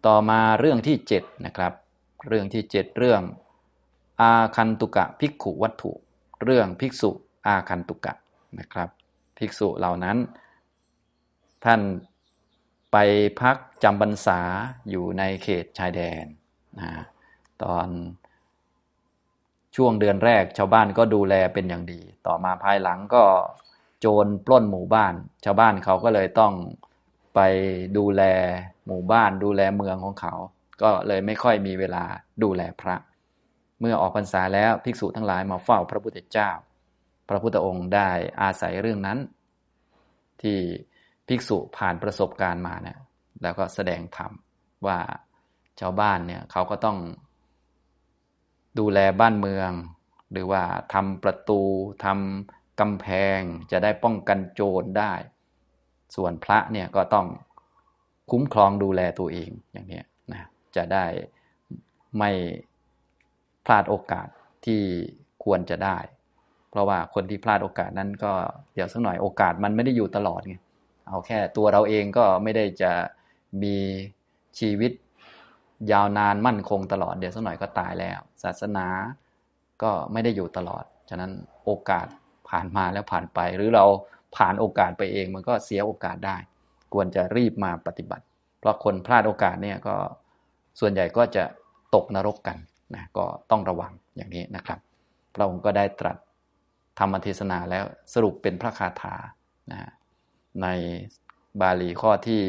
ต่อมาเรื่องที่7นะครับเรื่องที่7เรื่องอาคันตุกะภิกขุวัตถุเรื่องภิกษุอาคันตุกะนะครับภิกษุเหล่านั้นท่านไปพักจำพรรษาอยู่ในเขตชายแดนนะตอนช่วงเดือนแรกชาวบ้านก็ดูแลเป็นอย่างดีต่อมาภายหลังก็โจรปล้นหมู่บ้านชาวบ้านเขาก็เลยต้องไปดูแลหมู่บ้านดูแลเมืองของเขาก็เลยไม่ค่อยมีเวลาดูแลพระเมื่อออกพรรษาแล้วภิกษุทั้งหลายมาเฝ้าพระพุทธเจ้าพระพุทธองค์ได้อาศัยเรื่องนั้นที่ภิกษุผ่านประสบการณ์มาเนี่ยแล้วก็แสดงธรรมว่าชาวบ้านเนี่ยเขาก็ต้องดูแลบ้านเมืองหรือว่าทำประตูทำกำแพงจะได้ป้องกันโจรได้ส่วนพระเนี่ยก็ต้องคุ้มครองดูแลตัวเองอย่างนี้นะจะได้ไม่พลาดโอกาสที่ควรจะได้เพราะว่าคนที่พลาดโอกาสนั้นก็เดี๋ยวสักหน่อยโอกาสมันไม่ได้อยู่ตลอดไงเอาแค่ตัวเราเองก็ไม่ได้จะมีชีวิตยาวนานมั่นคงตลอดเดี๋ยวสักหน่อยก็ตายแล้วศาสนาก็ไม่ได้อยู่ตลอดฉะนั้นโอกาสผ่านมาแล้วผ่านไปหรือเราผ่านโอกาสไปเองมันก็เสียโอกาสได้ควรจะรีบมาปฏิบัติเพราะคนพลาดโอกาสเนี่ยก็ส่วนใหญ่ก็จะตกนรกกันนะก็ต้องระวังอย่างนี้นะครับพระองค์ก็ได้ตรัสธรรมเทศนาแล้วสรุปเป็นพระคาถานะในบาลีข้อที่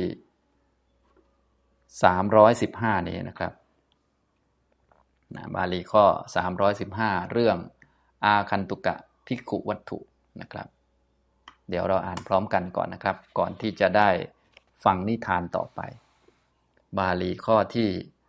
315นี้นะครับนะบาลีข้อ315เรื่องอาคันตุกะภิกขุวัตถุนะครับเดี๋ยวเราอ่านพร้อมกันก่อนนะครับก่อนที่จะได้ฟังนิทานต่อไปบาลีข้อที่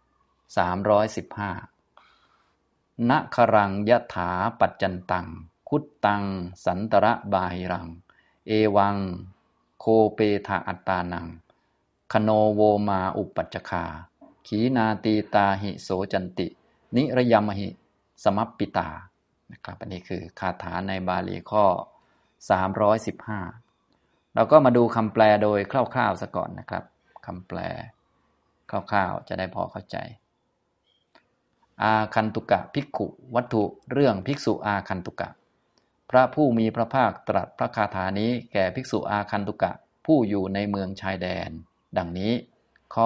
315ณครังยะถาปัจจันตังคุตตังสันตระบาหิรังเอวังโคเปทะอัตตานังคโนโวมาอุปัจจคาขีนาตีตาหิโสจันตินิรยมหิสมัปปิตานะครับอันนี้คือคาถาในบาลีข้อ315เราก็มาดูคำแปลโดยคร่าวๆซะก่อนนะครับคำแปลคร่าวๆจะได้พอเข้าใจอาคันตุกะภิกขุวัตถุเรื่องภิกษุอาคันตุกะพระผู้มีพระภาคตรัสพระคาถานี้แก่ภิกษุอาคันตุกะผู้อยู่ในเมืองชายแดนดังนี้ข้อ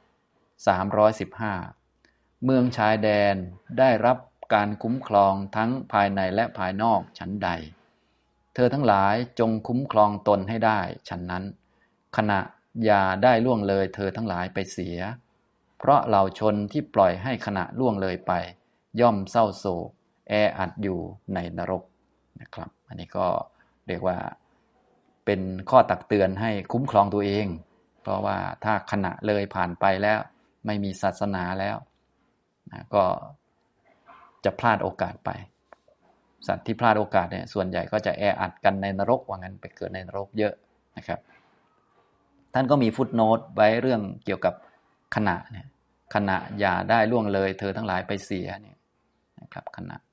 315เมืองชายแดนได้รับการคุ้มครองทั้งภายในและภายนอกฉันใดเธอทั้งหลายจงคุ้มครองตนให้ได้ฉันนั้นขณะอย่าได้ล่วงเลยเธอทั้งหลายไปเสียเพราะเหล่าชนที่ปล่อยให้ขณะล่วงเลยไปย่อมเศร้าโศกแออัดอยู่ในนรกนะครับอันนี้ก็เรียกว่าเป็นข้อตักเตือนให้คุ้มครองตัวเองเพราะว่าถ้าขณะเลยผ่านไปแล้วไม่มีศาสนาแล้วนะก็จะพลาดโอกาสไปสัตว์ที่พลาดโอกาสเนี่ยส่วนใหญ่ก็จะแออัดกันในนรกว่างั้นไปเกิดในนรกเยอะนะครับท่านก็มีฟุตโนตไว้เรื่องเกี่ยวกับขณะเนี่ยขณะอย่าได้ล่วงเลยเธอทั้งหลายไปเสียเนี่ยนะครับขณะ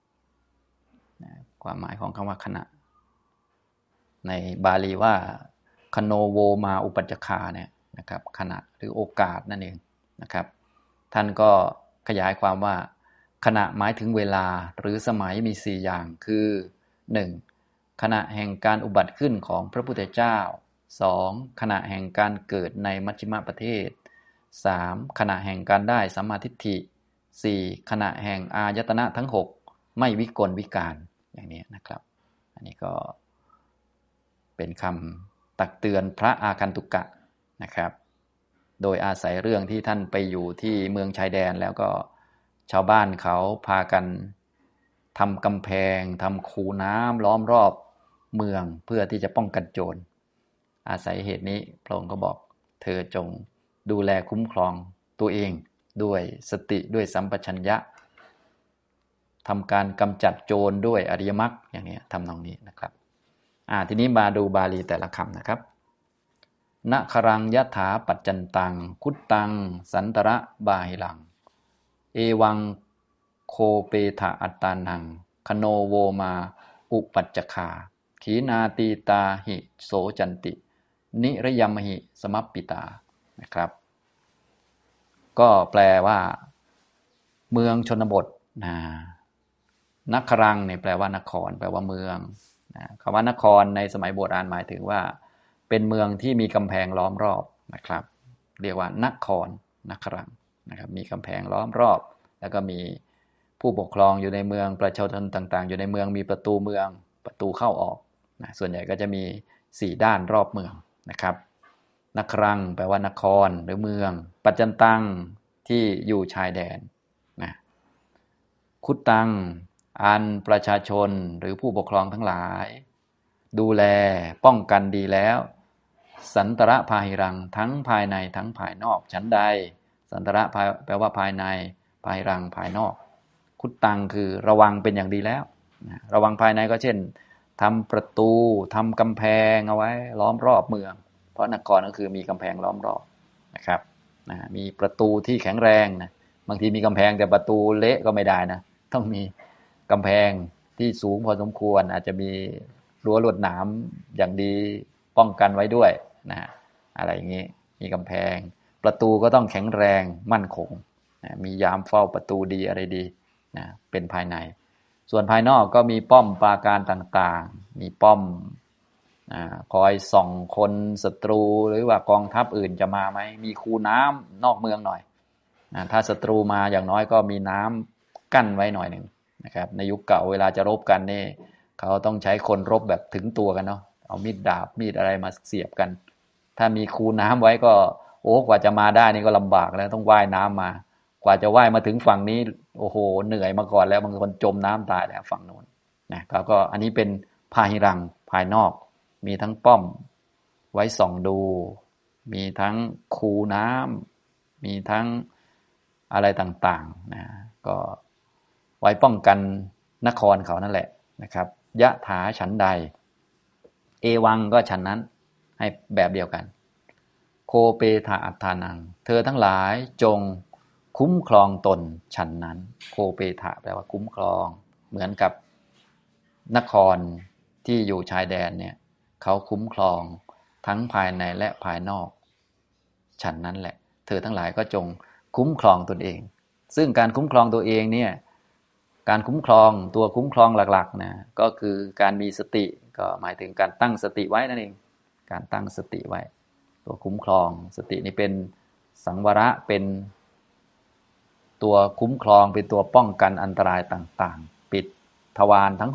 ความหมายของคำว่าขณะในบาลีว่าคโนโวมาอุปัจจคาเนี่ยนะครับขณะหรือโอกาสนั่นเองนะครับท่านก็ขยายความว่าขณะหมายถึงเวลาหรือสมัยมี4อย่างคือ 1. ขณะแห่งการอุบัติขึ้นของพระพุทธเจ้า 2. ขณะแห่งการเกิดในมัชฌิมประเทศ 3. ขณะแห่งการได้สัมมาทิฏฐิ 4. ขณะแห่งอายตนะทั้ง6ไม่วิกลวิการอย่างนี้นะครับอันนี้ก็เป็นคำตักเตือนพระอาคันตุกะนะครับโดยอาศัยเรื่องที่ท่านไปอยู่ที่เมืองชายแดนแล้วก็ชาวบ้านเขาพากันทำกำแพงทำคูน้ำล้อมรอบเมืองเพื่อที่จะป้องกันโจรอาศัยเหตุนี้พระองค์ก็บอกเธอจงดูแลคุ้มครองตัวเองด้วยสติด้วยสัมปชัญญะทำการกำจัดโจรด้วยอริยมรรคอย่างนี้ทำนองนี้นะครับทีนี้มาดูบาลีแต่ละคำนะครับณครังยะถาปัจจันตังคุตตังสันตระบาหิรังเอวังโคเปทะอัตตานังคโนโวมาอุปัจจคาขีนาตีตาหิโสจันตินิรยมหิสมัปปิตานะครับก็แปลว่าเมืองชนบทนะนครังเนี่ยแปลว่านครแปลว่าเมืองนะคำว่านครในสมัยโบราณหมายถึงว่าเป็นเมืองที่มีกำแพงล้อมรอบนะครับเรียกว่านครนครังนะครับมีกำแพงล้อมรอบแล้วก็มีผู้ปกครองอยู่ในเมืองประชาชนต่างๆอยู่ในเมืองมีประตูเมืองประตูเข้าออกนะส่วนใหญ่ก็จะมี4ด้านรอบเมืองนะครับนครังแปลว่านครหรือเมืองปัจจันตังที่อยู่ชายแดนนะคุตตังอันประชาชนหรือผู้ปกครองทั้งหลายดูแลป้องกันดีแล้วสันตระพาหิรังทั้งภายในทั้งภายนอกฉันใดสันตระแปลว่าภายในภายรังภายนอกคุตตังคือระวังเป็นอย่างดีแล้วระวังภายในก็เช่นทำประตูทำกำแพงเอาไว้ล้อมรอบเมืองเพราะนครก็คือมีกำแพงล้อมรอบนะครับมีประตูที่แข็งแรงนะบางทีมีกำแพงแต่ประตูเละก็ไม่ได้นะต้องมีกำแพงที่สูงพอสมควรอาจจะมีรั้วลวดหนามอย่างดีป้องกันไว้ด้วยนะอะไรอย่างนี้มีกำแพงประตูก็ต้องแข็งแรงมั่นคงนะมียามเฝ้าประตูดีอะไรดีนะเป็นภายในส่วนภายนอกก็มีป้อมปราการต่างๆมีป้อมคอยส่องคนศัตรูหรือว่ากองทัพอื่นจะมาไหมมีคูน้ำนอกเมืองหน่อยถ้าศัตรูมาอย่างน้อยก็มีน้ำกั้นไว้หน่อยหนึ่งนะครับในยุคเก่าเวลาจะรบกันนี่เขาต้องใช้คนรบแบบถึงตัวกันเนาะเอามีดดาบมีดอะไรมาเสียบกันถ้ามีคูน้ำไว้ก็โอ้กว่าจะมาได้นี่ก็ลำบากแล้วต้องว่ายน้ำมากว่าจะว่ายมาถึงฝั่งนี้โอ้โหเหนื่อยมาก่อนแล้วบางคนจมน้ำตายแล้วฝั่งโน้นนะก็อันนี้เป็นพาหิรังภายนอกมีทั้งป้อมไว้ส่องดูมีทั้งคูน้ำมีทั้งอะไรต่างๆนะก็ไว้ป้องกันนครเขานั่นแหละนะครับยะถาฉันใดเอวังก็ฉันนั้นให้แบบเดียวกันโคเปถาอัฏฐานังเธอทั้งหลายจงคุ้มครองตนฉันนั้นโคเปถาแปลว่าคุ้มครองเหมือนกับนครที่อยู่ชายแดนเนี่ยเขาคุ้มครองทั้งภายในและภายนอกฉันนั้นแหละเธอทั้งหลายก็จงคุ้มครองตนเองซึ่งการคุ้มครองตัวเองเนี่ยการคุ้มครองตัวคุ้มครองหลักๆนะก็คือการมีสติก็หมายถึงการตั้งสติไว้นั่นเองการตั้งสติไว้ตัวคุ้มครองสตินี่เป็นสังวระเป็นตัวคุ้มครองเป็นตัวป้องกันอันตรายต่างๆปิดทวารทั้ง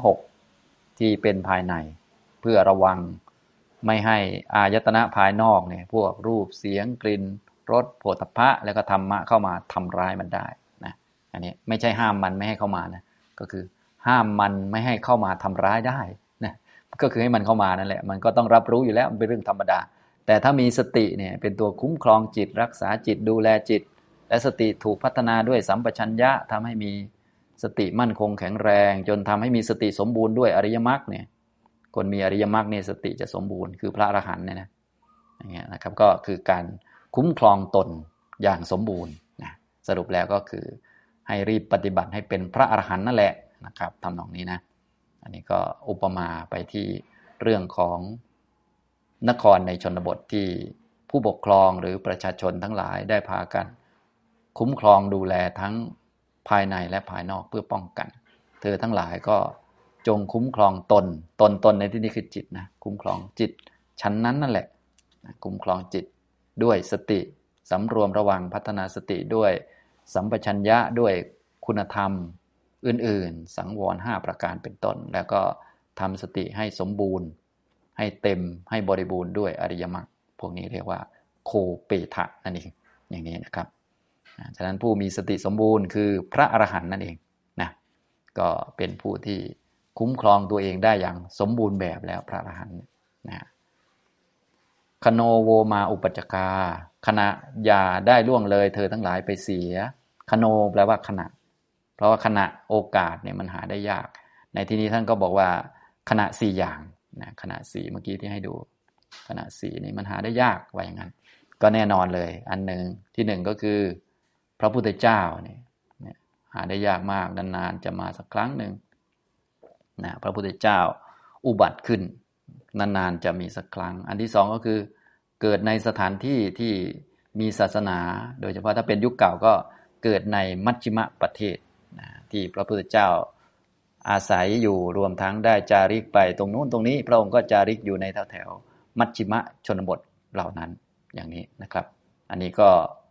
6ที่เป็นภายในเพื่อระวังไม่ให้อายตนะภายนอกเนี่ยพวกรูปเสียงกลิ่นรสโผฏฐัพพะแล้วก็ธรรมะเข้ามาทำร้ายมันได้นะอันนี้ไม่ใช่ห้ามมันไม่ให้เข้ามานะก็คือห้ามมันไม่ให้เข้ามาทำร้ายได้นะก็คือให้มันเข้ามานั่นแหละมันก็ต้องรับรู้อยู่แล้วมันเป็นเรื่องธรรมดาแต่ถ้ามีสติเนี่ยเป็นตัวคุ้มครองจิตรักษาจิตดูแลจิตและสติถูกพัฒนาด้วยสัมปชัญญะทำให้มีสติมั่นคงแข็งแรงจนทำให้มีสติสมบูรณ์ด้วยอริยมรรคเนี่ยคนมีอริยมรรคเนี่ยสติจะสมบูรณ์คือพระอรหันต์เนี่ยนะอย่างเงี้ยนะครับก็คือการคุ้มครองตนอย่างสมบูรณ์นะสรุปแล้วก็คือให้รีบปฏิบัติให้เป็นพระอรหันต์นั่นแหละนะครับทำนองนี้นะอันนี้ก็อุปมาไปที่เรื่องของนครในชนบทที่ผู้ปกครองหรือประชาชนทั้งหลายได้พากันคุ้มครองดูแลทั้งภายในและภายนอกเพื่อป้องกันเธอทั้งหลายก็จงคุ้มครองตนในที่นี้คือจิตนะคุ้มครองจิตชั้นนั้นนั่นแหละคุ้มครองจิตด้วยสติสำรวมระวังพัฒนาสติด้วยสัมปชัญญะด้วยคุณธรรมอื่นๆสังวร5ประการเป็นต้นแล้วก็ทำสติให้สมบูรณ์ให้เต็มให้บริบูรณ์ด้วยอริยมรรคพวกนี้เรียกว่าโคเปทะนั่นเองอย่างนี้นะครับฉะนั้นผู้มีสติสมบูรณ์คือพระอรหันต์นั่นเองนะก็เป็นผู้ที่คุ้มครองตัวเองได้อย่างสมบูรณ์แบบแล้วพระอรหันต์นะคโนโวมาอุปัจจกาขณะอย่าได้ล่วงเลยเธอทั้งหลายไปเสียคโนแปลว่าขณะเพราะว่าขณะโอกาสเนี่ยมันหาได้ยากในที่นี้ท่านก็บอกว่าขณะ4อย่างนะขณะ4เมื่อกี้ที่ให้ดูขณะ4นี่มันหาได้ยากว่าอย่างนั้นก็แน่นอนเลยอันหนึ่งที่หนึ่งก็คือพระพุทธเจ้าเนี่ยหาได้ยากมากนานๆจะมาสักครั้งหนึ่งนะพระพุทธเจ้าอุบัติขึ้นนานๆจะมีสักครั้งอันที่สองก็คือเกิดในสถานที่ที่มีศาสนา โดยเฉพาะถ้าเป็นยุคเก่าก็เกิดในมัชชิมประเทศที่พระพุทธเจ้าอาศัยอยู่รวมทั้งได้จาริกไปตรงนู้นตรงนี้พระองค์ก็จาริกอยู่ในแถวมัชชิมชนบทเหล่านั้นอย่างนี้นะครับอันนี้ก็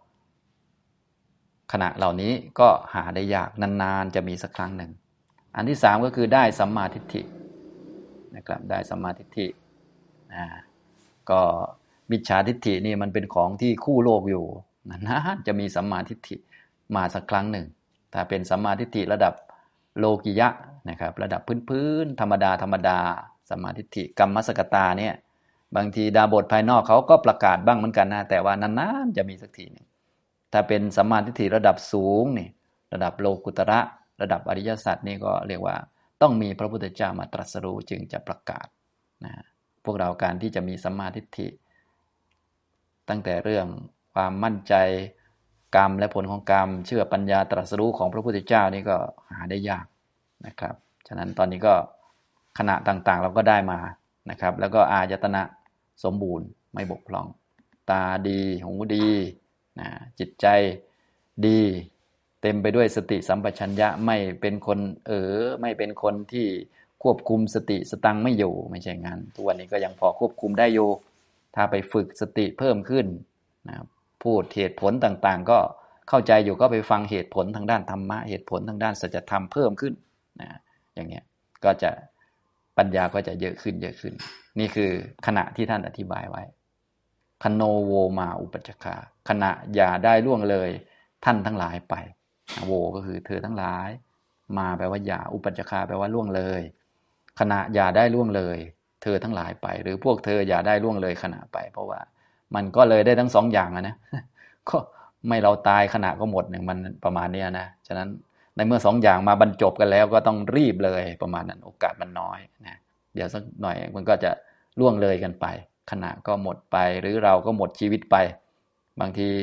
ขณะเหล่านี้ก็หาได้ยากนานๆจะมีสักครั้งหนึ่งอันที่3ก็คือได้สัมมาทิฏฐินะครับได้สัมมาทิฏฐิก็มิจฉาทิฏฐินี่มันเป็นของที่คู่โลกอยู่นานๆจะมีสัมมาทิฏฐิมาสักครั้งหนึ่งถ้าเป็นสัมมาทิฏฐิระดับโลกิยะนะครับระดับพื้นๆธรรมดาสัมมาทิฏฐิกรรมสกตาเนี่ยบางทีดาบทภายนอกเขาก็ประกาศบ้างเหมือนกันนะแต่ว่านานๆจะมีสักทีนึงถ้าเป็นสัมมาทิฏฐิระดับสูงนี่ระดับโลกุตระระดับอริยสัจนี่ก็เรียกว่าต้องมีพระพุทธเจ้ามาตรัสรู้จึงจะประกาศนะพวกเราการที่จะมีสัมมาทิฏฐิตั้งแต่เรื่องความมั่นใจกรรมและผลของกรรมเชื่อปัญญาตรัสรู้ของพระพุทธเจ้านี่ก็หาได้ยากนะครับฉะนั้นตอนนี้ก็ขณะต่างๆเราก็ได้มานะครับแล้วก็อายตนะสมบูรณ์ไม่บกพร่องตาดีหูดีจิตใจดีเต็มไปด้วยสติสัมปชัญญะไม่เป็นคนไม่เป็นคนที่ควบคุมสติสตังไม่อยู่ไม่ใช่งั้นทุกวันนี้ก็ยังพอควบคุมได้อยู่ถ้าไปฝึกสติเพิ่มขึ้นนะครับพูดเหตุผลต่างๆก็เข้าใจอยู่ก็ไปฟังเหตุผลทางด้านธรรมะเหตุผลทางด้านสัจธรรมเพิ่มขึ้นอย่างเนี้ยก็จะปัญญาก็จะเยอะขึ้นนี่คือขณะที่ท่านอธิบายไว้คโนโวมาอุปัชฌคาขณะอย่าได้ล่วงเลยท่านทั้งหลายไปโวก็คือเธอทั้งหลายมาแปลว่าอย่าอุปัชฌคาแปลว่าล่วงเลยขณะอย่าได้ล่วงเลยเธอทั้งหลายไปหรือพวกเธออย่าได้ล่วงเลยขณะไปเพราะว่ามันก็เลยได้ทั้งสองอย่างนะก็ไม่เราตายขณะก็หมดหนึ่งมันประมาณนี้นะฉะนั้นในเมื่อสองอย่างมาบรรจบกันแล้วก็ต้องรีบเลยประมาณนั้นโอกาสมันน้อยนะเดี๋ยวสักหน่อยมันก็จะล่วงเลยกันไปขณะก็หมดไปหรือเราก็หมดชีวิตไปบางที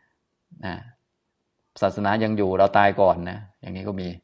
ศาสนายังอยู่เราตายก่อนนะอย่างนี้ก็มี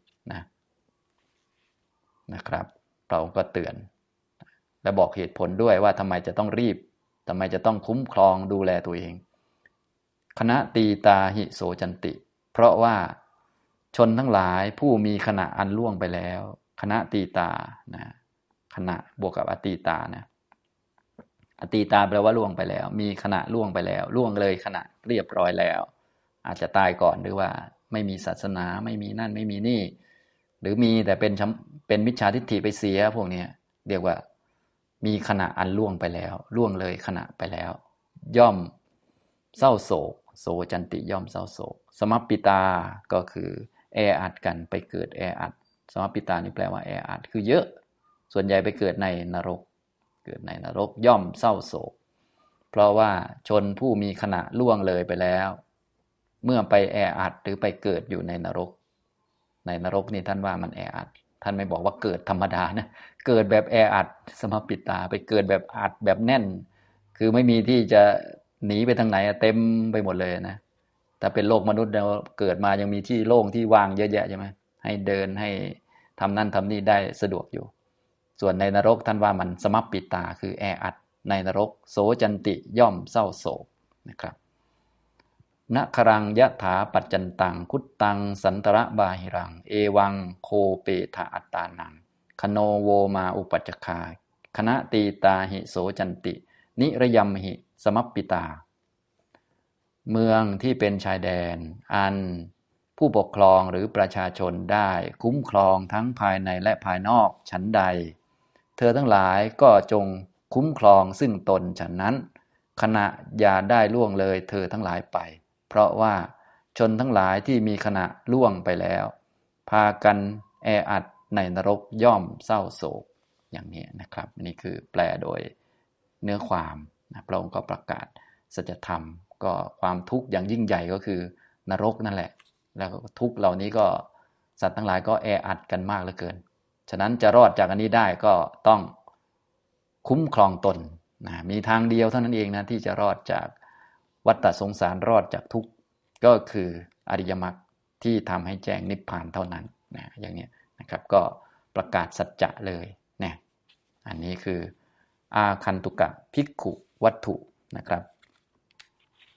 นะครับเราก็เตือนและบอกเหตุผลด้วยว่าทำไมจะต้องรีบทำไมจะต้องคุ้มครองดูแลตัวเองคณะตีตาหิโสจันติเพราะว่าชนทั้งหลายผู้มีขณะอันล่วงไปแล้วคณะตีตาขณะบวกกับอตีตาอตีตาแปลว่าล่วงไปแล้วมีขณะล่วงไปแล้วล่วงเลยขณะเรียบร้อยแล้วอาจจะตายก่อนหรือว่าไม่มีศาสนาไม่มีนั่นไม่มีนี่หรือมีแต่เป็นมิจฉาทิฏฐิไปเสียพวกนี้เรียกว่ามีขณะอันล่วงไปแล้วล่วงเลยขณะไปแล้วย่อมเศร้าโศกโสจันติย่อมเศร้าโศกสมัปปิตาก็คือแออัดกันไปเกิดแออัดสมัปปิตานี่แปลว่าแออัดคือเยอะส่วนใหญ่ไปเกิดในนรกเกิดในนรกย่อมเศร้าโศกเพราะว่าชนผู้มีขณะล่วงเลยไปแล้วเมื่อไปแออัดหรือไปเกิดอยู่ในนรกนี่ท่านว่ามันแออัดท่านไม่บอกว่าเกิดธรรมดานะเกิดแบบแออัดสมัปปิตาไปเกิดแบบอัดแบบแน่นคือไม่มีที่จะหนีไปทางไหนเต็มไปหมดเลยนะถ้าเป็นโลกมนุษย์เราเกิดมายังมีที่โล่งที่ว่างเยอะแยะใช่ไหมให้เดินให้ทำนั่นทำนี่ได้สะดวกอยู่ส่วนในนรกท่านว่ามันสมัปปิตาคือแออัดในนรกโสจันติย่อมเศร้าโศกนะครับนะครังยะถาปัจจันตังคุตตังสันตระบาหิรังเอวังโคเปทะอัตตานังคโนโวมาอุปัจจคาคณะตีตาหิโสจันตินิรยัมหิสมัปปิตาเมืองที่เป็นชายแดนอันผู้ปกครองหรือประชาชนได้คุ้มครองทั้งภายในและภายนอกฉันใดเธอทั้งหลายก็จงคุ้มครองซึ่งตนฉันนั้นขณะอย่าได้ล่วงเลยเธอทั้งหลายไปเพราะว่าชนทั้งหลายที่มีขณะล่วงไปแล้วพากันแออัดในนรกย่อมเศร้าโศกอย่างนี้นะครับนี่คือแปลโดยเนื้อความพระองค์ก็ประกาศสัจธรรมก็ความทุกข์อย่างยิ่งใหญ่ก็คือนรกนั่นแหละแล้วทุกข์เหล่านี้ก็สัตว์ทั้งหลายก็แออัดกันมากเหลือเกินฉะนั้นจะรอดจากอันนี้ได้ก็ต้องคุ้มครองตนมีทางเดียวเท่านั้นเองนะที่จะรอดจากวัฏฏสงสารรอดจากทุกข์ก็คืออริยมรรคที่ทำให้แจ้งนิพพานเท่านั้นอย่างนี้นะครับก็ประกาศสัจจะเลยนะอันนี้คืออาคันตุกะภิกขุวัตถุนะครับ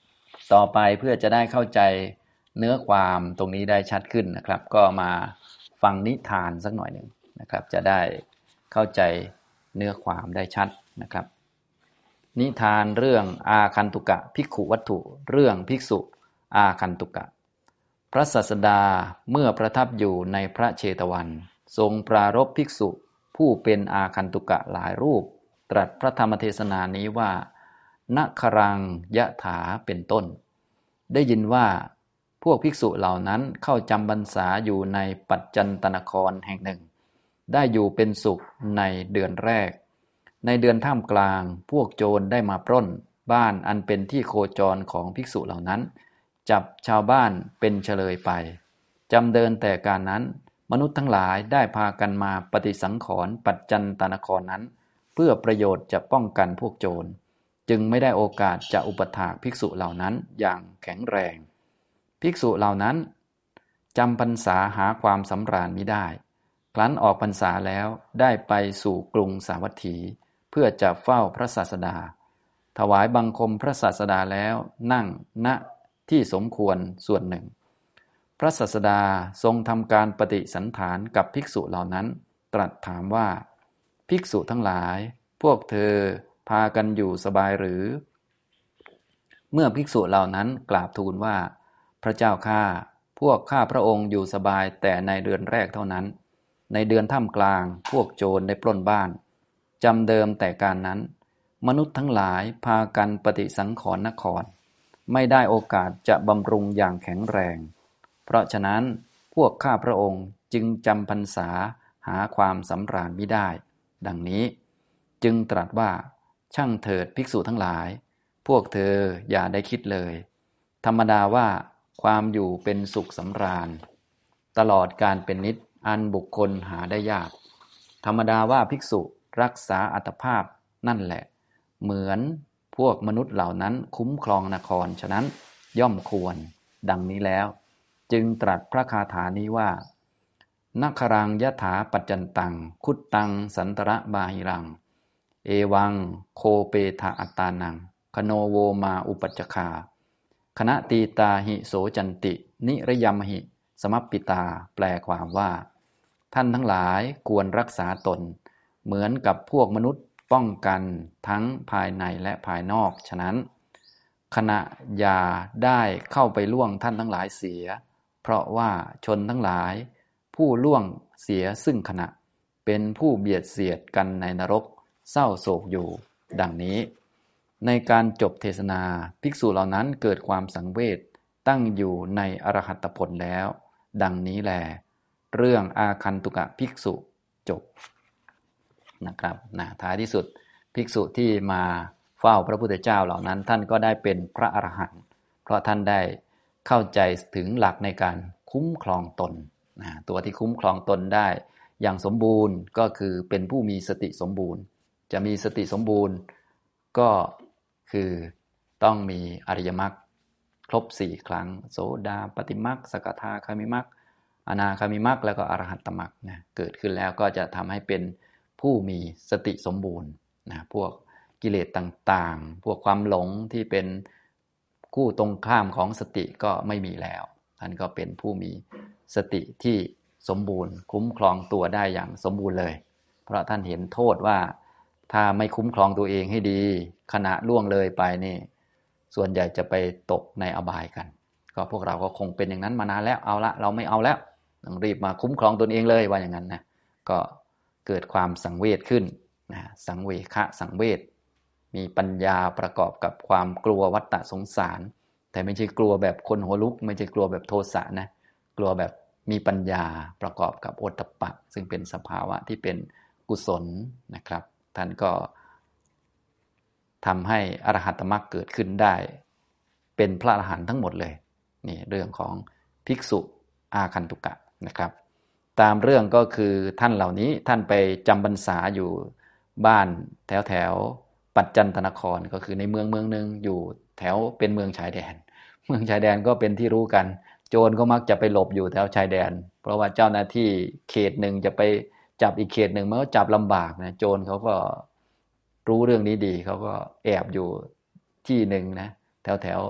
ต่อไปเพื่อจะได้เข้าใจเนื้อความตรงนี้ได้ชัดขึ้นนะครับ ก็มาฟังนิทานสักหน่อยหนึ่งนะครับ จะได้เข้าใจเนื้อความได้ชัดนะครับ นิทานเรื่องอาคันตุกะภิกขุวัตถุเรื่องภิกษุอาคันตุกะพระศาสดาเมื่อประทับอยู่ในพระเชตวันทรงปรารภภิกษุผู้เป็นอาคันตุกะหลายรูปตรัสพระธรรมเทศนานี้ว่านะครังยะถาเป็นต้นได้ยินว่าพวกภิกษุเหล่านั้นเข้าจำพรรษาอยู่ในปัจจันตนครแห่งหนึ่งได้อยู่เป็นสุขในเดือนแรกในเดือนท่ามกลางพวกโจรได้มาปล้นบ้านอันเป็นที่โคจรของภิกษุเหล่านั้นจับชาวบ้านเป็นเฉลยไปจำเดินแต่การนั้นมนุษย์ทั้งหลายได้พากันมาปฏิสังขรณ์ปัจจันตนครนั้นเพื่อประโยชน์จะป้องกันพวกโจรจึงไม่ได้โอกาสจะอุปถากภิกษุเหล่านั้นอย่างแข็งแรงภิกษุเหล่านั้นจำพรรษาหาความสำราญมิได้ครั้นออกพรรษาแล้วได้ไปสู่กรุงสาวัตถีเพื่อจะเฝ้าพระศาสดาถวายบังคมพระศาสดาแล้วนั่งณที่สมควรส่วนหนึ่งพระศาสดาทรงทำการปฏิสันถานกับภิกษุเหล่านั้นตรัสถามว่าภิกษุทั้งหลายพวกเธอพากันอยู่สบายหรือเมื่อภิกษุเหล่านั้นกราบทูลว่าพระเจ้าข้าพวกข้าพระองค์อยู่สบายแต่ในเดือนแรกเท่านั้นในเดือนท่ามกลางพวกโจรได้ปล้นบ้านจำเดิมแต่การนั้นมนุษย์ทั้งหลายพากันปฏิสังขรณ์นครไม่ได้โอกาสจะบำรุงอย่างแข็งแรงเพราะฉะนั้นพวกข้าพระองค์จึงจำพรรษาหาความสำราญมิได้ดังนี้จึงตรัสว่าช่างเถิดภิกษุทั้งหลายพวกเธออย่าได้คิดเลยธรรมดาว่าความอยู่เป็นสุขสำราญตลอดการเป็นนิจอันบุคคลหาได้ยากธรรมดาว่าภิกษุรักษาอัตภาพนั่นแหละเหมือนพวกมนุษย์เหล่านั้นคุ้มครองนครฉะนั้นย่อมควรดังนี้แล้วจึงตรัสพระคาถานี้ว่านัครังยถาปัจจันตังคุตตังสันตระบาหิรังเอวังโคเปทะอัตตานังคโนโวมาอุปัจจคาคณะตีตาหิโสจันตินิรยมหิสมัปปิตาแปลความว่าท่านทั้งหลายควรรักษาตนเหมือนกับพวกมนุษย์ป้องกันทั้งภายในและภายนอกฉะนั้นขณะอย่าได้เข้าไปล่วงท่านทั้งหลายเสียเพราะว่าชนทั้งหลายผู้ล่วงเสียซึ่งขณะเป็นผู้เบียดเสียดกันในนรกเศร้าโศกอยู่ดังนี้ในการจบเทศนาภิกษุเหล่านั้นเกิดความสังเวชตั้งอยู่ในอรหัตผลแล้วดังนี้แลเรื่องอาคันตุกะภิกษุจบนะครับท้ายที่สุดภิกษุที่มาเฝ้าพระพุทธเจ้าเหล่านั้นท่านก็ได้เป็นพระอรหันต์เพราะท่านได้เข้าใจถึงหลักในการคุ้มครองตนตัวที่คุ้มครองตนได้อย่างสมบูรณ์ก็คือเป็นผู้มีสติสมบูรณ์จะมีสติสมบูรณ์ก็คือต้องมีอริยมรรคครบ4ครั้งโสดาปัตติมรรคสกทาคามิมรรคอนาคามิมรรคแล้วก็อรหัตตมรรคเกิดขึ้นแล้วก็จะทำให้เป็นผู้มีสติสมบูรณ์พวกกิเลสต่างๆพวกความหลงที่เป็นคู่ตรงข้ามของสติก็ไม่มีแล้วท่านก็เป็นผู้มีสติที่สมบูรณ์คุ้มครองตัวได้อย่างสมบูรณ์เลยเพราะท่านเห็นโทษว่าถ้าไม่คุ้มครองตัวเองให้ดีขณะล่วงเลยไปนี่ส่วนใหญ่จะไปตกในอบายกันก็พวกเราก็คงเป็นอย่างนั้นมานานแล้วเอาละเราไม่เอาแล้วต้องรีบมาคุ้มครองตนเองเลยว่าอย่างนั้นนะก็เกิดความสังเวชขึ้นสังเวคะสังเวชมีปัญญาประกอบกับความกลัววัฏฏะสงสารแต่ไม่ใช่กลัวแบบคนหัวลุกไม่ใช่กลัวแบบโทสะนะกลัวแบบมีปัญญาประกอบกับโอตตัปปะซึ่งเป็นสภาวะที่เป็นกุศลนะครับท่านก็ทำให้อรหัตมรรคเกิดขึ้นได้เป็นพระอรหันต์ทั้งหมดเลยนี่เรื่องของภิกษุอาคันตุกะนะครับตามเรื่องก็คือท่านเหล่านี้ท่านไปจำพรรษาอยู่บ้านแถวปัจจันตนครก็คือในเมืองนึงอยู่แถวเป็นเมืองชายแดนเมืองชายแดนก็เป็นที่รู้กันโจรก็มักจะไปหลบอยู่แถวชายแดนเพราะว่าเจ้าหน้าที่เขตหนึ่งจะไปจับอีกเขตหนึ่งมันก็จับลำบากนะโจรเขาก็รู้เรื่องนี้ดีเขาก็แอบอยู่ที่หนึ่งนะแถว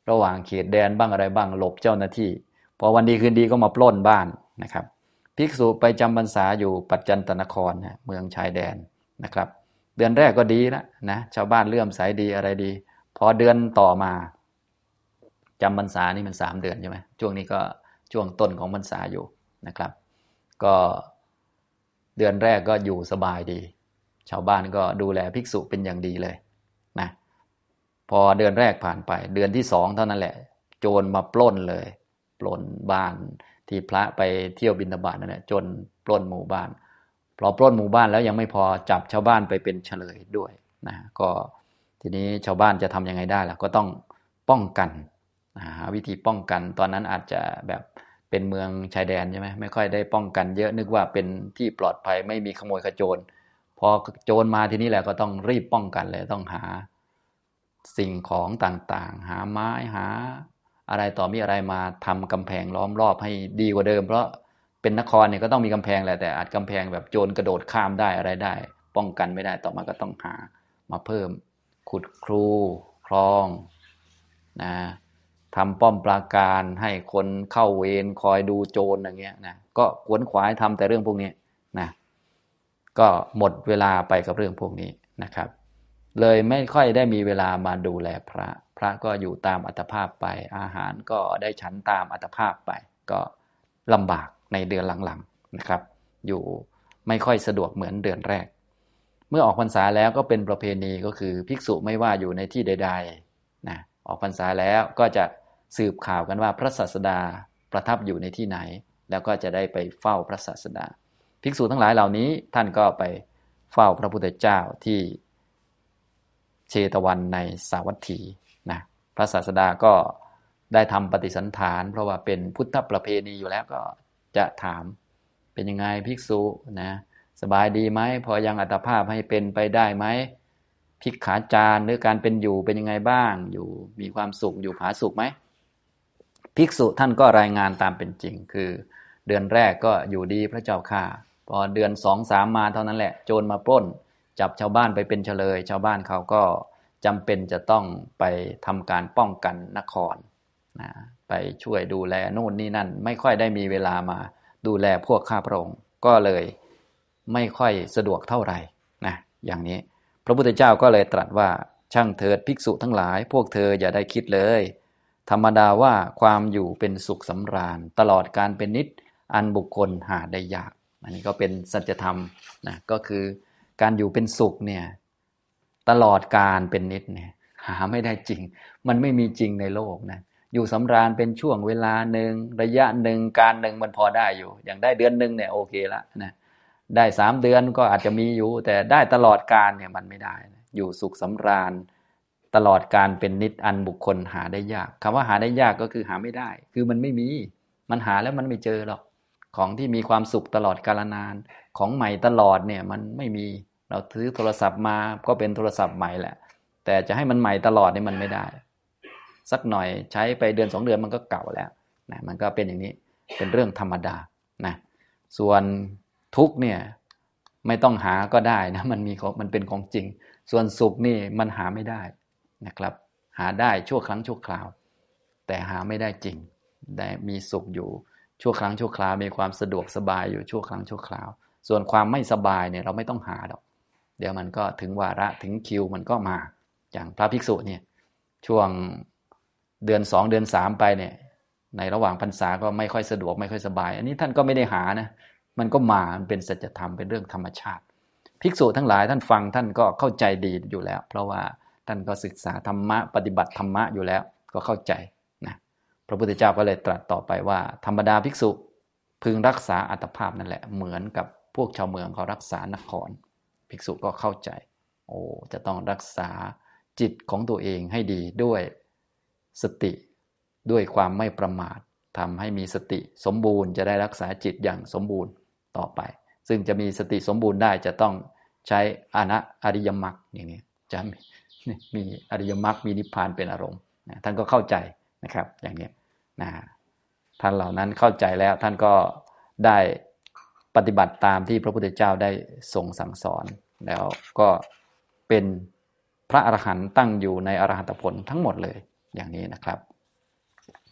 ระหว่างเขตแดนบ้างอะไรบ้างหลบเจ้าหน้าที่พอวันดีคืนดีก็มาปล้นบ้านนะครับภิกษุไปจำพรรษาอยู่ปัจจันตนครนะเมืองชายแดนนะครับเดือนแรกก็ดีแล้วนะชาวบ้านเลื่อมใสดีอะไรดีพอเดือนต่อมาจำพรรษานี่มัน3 เดือนใช่ไหมช่วงนี้ก็ช่วงต้นของพรรษาอยู่นะครับก็เดือนแรกก็อยู่สบายดีชาวบ้านก็ดูแลภิกษุเป็นอย่างดีเลยนะพอเดือนแรกผ่านไปเดือนที่2เท่านั้นแหละโจรมาปล้นเลยปล้นบ้านที่พระไปเที่ยวบิณฑบาตนั่นแหละจนปล้นหมู่บ้านพอปล้นหมู่บ้านแล้วยังไม่พอจับชาวบ้านไปเป็นเฉลยด้วยนะก็ทีนี้ชาวบ้านจะทำยังไงได้ล่ะก็ต้องป้องกันหาวิธีป้องกันตอนนั้นอาจจะแบบเป็นเมืองชายแดนใช่ไหมไม่ค่อยได้ป้องกันเยอะนึกว่าเป็นที่ปลอดภัยไม่มีขโมยขโจรพอโจรมาทีนี้แหละก็ต้องรีบป้องกันเลยต้องหาสิ่งของต่างๆหาไม้หาอะไรต่อมีอะไรมาทำกำแพงล้อมรอบให้ดีกว่าเดิมเพราะเป็นนครเนี่ยก็ต้องมีกำแพงแหละแต่อาจกำแพงแบบโจรกระโดดข้ามได้อะไรได้ป้องกันไม่ได้ต่อมาก็ต้องหามาเพิ่มขุดครูคลองนะทำป้อมปราการให้คนเข้าเวรคอยดูโจรอย่างเงี้ยนะก็ขวนขวายทำแต่เรื่องพวกนี้นะก็หมดเวลาไปกับเรื่องพวกนี้นะครับเลยไม่ค่อยได้มีเวลามาดูแลพระพระก็อยู่ตามอัตภาพไปอาหารก็ได้ฉันตามอัตภาพไปก็ลำบากในเดือนหลังๆนะครับอยู่ไม่ค่อยสะดวกเหมือนเดือนแรกเมื่อออกพรรษาแล้วก็เป็นประเพณีก็คือภิกษุไม่ว่าอยู่ในที่ใดๆนะออกพรรษาแล้วก็จะสืบข่าวกันว่าพระศาสดาประทับอยู่ในที่ไหนแล้วก็จะได้ไปเฝ้าพระศาสดาภิกษุทั้งหลายเหล่านี้ท่านก็ไปเฝ้าพระพุทธเจ้าที่เชตวันในสาวัตถีนะพระศาสดาก็ได้ทำปฏิสันถานเพราะว่าเป็นพุทธประเพณีอยู่แล้วก็จะถามเป็นยังไงภิกษุนะสบายดีไหมพอยังอัตภาพให้เป็นไปได้ไหมภิกขาจารหรือการเป็นอยู่เป็นยังไงบ้างอยู่มีความสุขอยู่ผาสุขไหมภิกษุท่านก็รายงานตามเป็นจริงคือเดือนแรกก็อยู่ดีพระเจ้าข้าพอเดือน2 3มาเท่านั้นแหละโจรมาปล้นจับชาวบ้านไปเป็นเฉลยชาวบ้านเขาก็จำเป็นจะต้องไปทำการป้องกันนครนะไปช่วยดูแลโน่นนี่นั่นไม่ค่อยได้มีเวลามาดูแลพวกข้าพระองค์ก็เลยไม่ค่อยสะดวกเท่าไหร่นะอย่างนี้พระพุทธเจ้าก็เลยตรัสว่าช่างเถิดภิกษุทั้งหลายพวกเธออย่าได้คิดเลยธรรมดาว่าความอยู่เป็นสุขสำราญตลอดการเป็นนิจอันบุคคลหาได้ยากอันนี้ก็เป็นสัจธรรมนะก็คือการอยู่เป็นสุขเนี่ยตลอดการเป็นนิจเนี่ยหาไม่ได้จริงมันไม่มีจริงในโลกนะอยู่สำราญเป็นช่วงเวลาหนึ่งระยะหนึ่งการหนึ่งมันพอได้อยู่อย่างได้เดือนหนึ่งเนี่ยโอเคละนะได้3 เดือนก็อาจจะมีอยู่แต่ได้ตลอดกาลเนี่ยมันไม่ได้นะอยู่สุขสำราญตลอดการเป็นนิจอันบุคคลหาได้ยากคำว่าหาได้ยากก็คือหาไม่ได้คือมันไม่มีมันหาแล้วมันไม่เจอหรอกของที่มีความสุขตลอดกาลนานของใหม่ตลอดเนี่ยมันไม่มีเราซื้อโทรศัพท์มาก็เป็นโทรศัพท์ใหม่แหละแต่จะให้มันใหม่ตลอดนี่มันไม่ได้สักหน่อยใช้ไปเดือน2 เดือนมันก็เก่าแล้วนะมันก็เป็นอย่างนี้เป็นเรื่องธรรมดานะส่วนทุกเนี่ยไม่ต้องหาก็ได้นะมันเป็นของจริงส่วนสุขนี่มันหาไม่ได้นะครับหาได้ชั่วครั้งชั่วคราวแต่หาไม่ได้จริงได้มีสุขอยู่ชั่วครั้งชั่วคราวมีความสะดวกสบายอยู่ชั่วครั้งชั่วคราวส่วนความไม่สบายเนี่ยเราไม่ต้องหาหรอกเดี๋ยวมันก็ถึงวาระถึงคิวมันก็มาอย่างพระภิกษุเนี่ยช่วงเดือน2เดือน3ไปเนี่ยในระหว่างพรรษาก็ไม่ค่อยสะดวกไม่ค่อยสบายอันนี้ท่านก็ไม่ได้หานะมันก็มามันเป็นสัจธรรมเป็นเรื่องธรรมชาติภิกษุทั้งหลายท่านฟังท่านก็เข้าใจดีอยู่แล้วเพราะว่าท่านก็ศึกษาธรรมะปฏิบัติธรรมะอยู่แล้วก็เข้าใจนะพระพุทธเจ้าก็เลยตรัสต่อไปว่าธรรมดาภิกษุพึงรักษาอัตภาพนั่นแหละเหมือนกับพวกชาวเมืองเขารักษานครภิกษุก็เข้าใจโอ้จะต้องรักษาจิตของตัวเองให้ดีด้วยสติด้วยความไม่ประมาททำให้มีสติสมบูรณ์จะได้รักษาจิตอย่างสมบูรณ์ต่อไปซึ่งจะมีสติสมบูรณ์ได้จะต้องใช้อริยมรรคอย่างนี้จะมีอริยมรรคมีนิพพานเป็นอารมณ์ท่านก็เข้าใจนะครับอย่างนี้นะท่านเหล่านั้นเข้าใจแล้วท่านก็ได้ปฏิบัติตามที่พระพุทธเจ้าได้ทรงสั่งสอนแล้วก็เป็นพระอรหันต์ตั้งอยู่ในอรหัตผลทั้งหมดเลยอย่างนี้นะครับ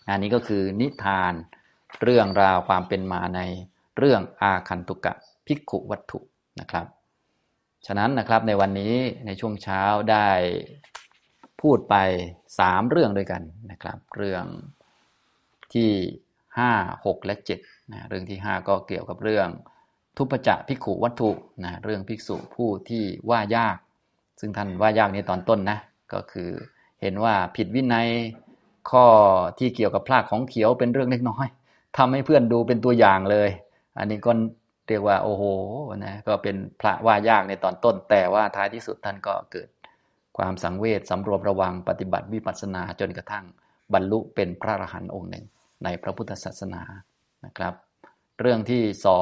อันนี้ก็คือนิทานเรื่องราวความเป็นมาในเรื่องอาคันตุกะภิกขุวัตถุนะครับฉะนั้นนะครับในวันนี้ในช่วงเช้าได้พูดไป3เรื่องด้วยกันนะครับเรื่องที่5 6และ7นะเรื่องที่5ก็เกี่ยวกับเรื่องทุพจะภิกขุวัตถุนะเรื่องภิกษุผู้ที่ว่ายากซึ่งท่านว่ายากในตอนต้นนะก็คือเห็นว่าผิดวินัยข้อที่เกี่ยวกับพรากของเขียวเป็นเรื่องเล็กน้อยทำให้เพื่อนดูเป็นตัวอย่างเลยอันนี้ก็เรียกว่าโอ้โหนะก็เป็นพระว่ายากในตอนต้นแต่ว่าท้ายที่สุดท่านก็เกิดความสังเวชสำรวมระวังปฏิบัติวิปัสสนาจนกระทั่งบรรลุเป็นพระอรหันต์องค์หนึ่งในพระพุทธศาสนานะครับเรื่องที่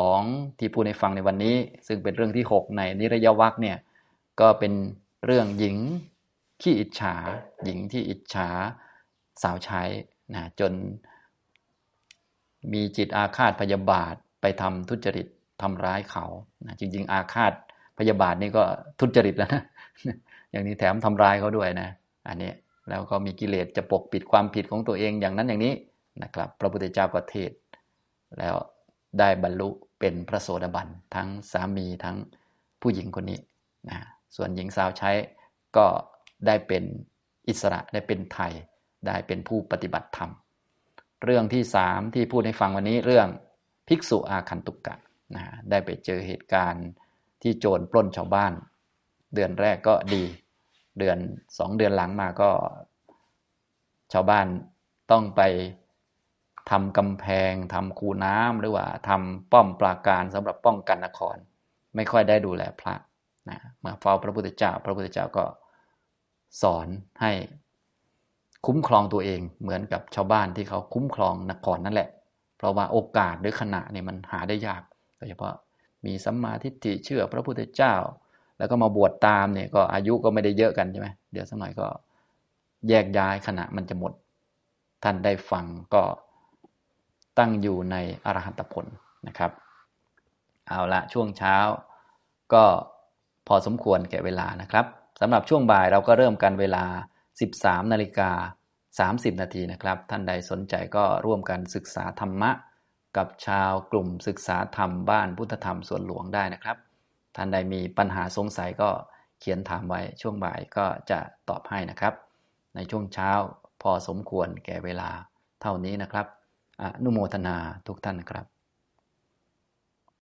2ที่พูดให้ฟังในวันนี้ซึ่งเป็นเรื่องที่6ในนิรยวรรคเนี่ยก็เป็นเรื่องหญิงขี้อิจฉาหญิงที่อิจฉาสาวใช้นะจนมีจิตอาฆาตพยาบาทไปทำทุจริตทำร้ายเขานะจริงๆอาฆาตพยาบาทนี่ก็ทุจริตแล้วนะอย่างนี้แถมทำร้ายเขาด้วยนะอันนี้แล้วก็มีกิเลสจะปกปิดความผิดของตัวเองอย่างนั้นอย่างนี้นะครับพระพุทธเจ้าก็เทศแล้วได้บรรลุเป็นพระโสดาบันทั้งสามีทั้งผู้หญิงคนนี้นะส่วนหญิงสาวใช้ก็ได้เป็นอิสระได้เป็นไทยได้เป็นผู้ปฏิบัติธรรมเรื่องที่3ที่พูดให้ฟังวันนี้เรื่องภิกษุอาคันตุกะนะได้ไปเจอเหตุการณ์ที่โจรปล้นชาวบ้านเดือนแรกก็ดีเดือน2 เดือนหลังมาก็ชาวบ้านต้องไปทำกำแพงทำคูน้ำหรือว่าทำป้อมปราการสำหรับป้องกันนครไม่ค่อยได้ดูแลพระนะมาเฝ้าพระพุทธเจ้าพระพุทธเจ้าก็สอนให้คุ้มครองตัวเองเหมือนกับชาวบ้านที่เขาคุ้มครองนครนั่นแหละเพราะว่าโอกาสหรือขณะนี่มันหาได้ยากโดยเฉพาะมีสัมมาทิฏฐิเชื่อพระพุทธเจ้าแล้วก็มาบวชตามเนี่ยก็อายุก็ไม่ได้เยอะกันใช่ไหมเดี๋ยวสักหน่อยก็แยกย้ายขณะมันจะหมดท่านได้ฟังก็ตั้งอยู่ในอรหัตผลนะครับเอาละช่วงเช้าก็พอสมควรแก่เวลานะครับสำหรับช่วงบ่ายเราก็เริ่มกันเวลา 13:30 นาทีนะครับท่านใดสนใจก็ร่วมกันศึกษาธรรมะกับชาวกลุ่มศึกษาธรรมบ้านพุทธธรรมสวนหลวงได้นะครับท่านใดมีปัญหาสงสัยก็เขียนถามไว้ช่วงบ่ายก็จะตอบให้นะครับในช่วงเช้าพอสมควรแก่เวลาเท่านี้นะครับอนุโมทนาทุกท่านครับ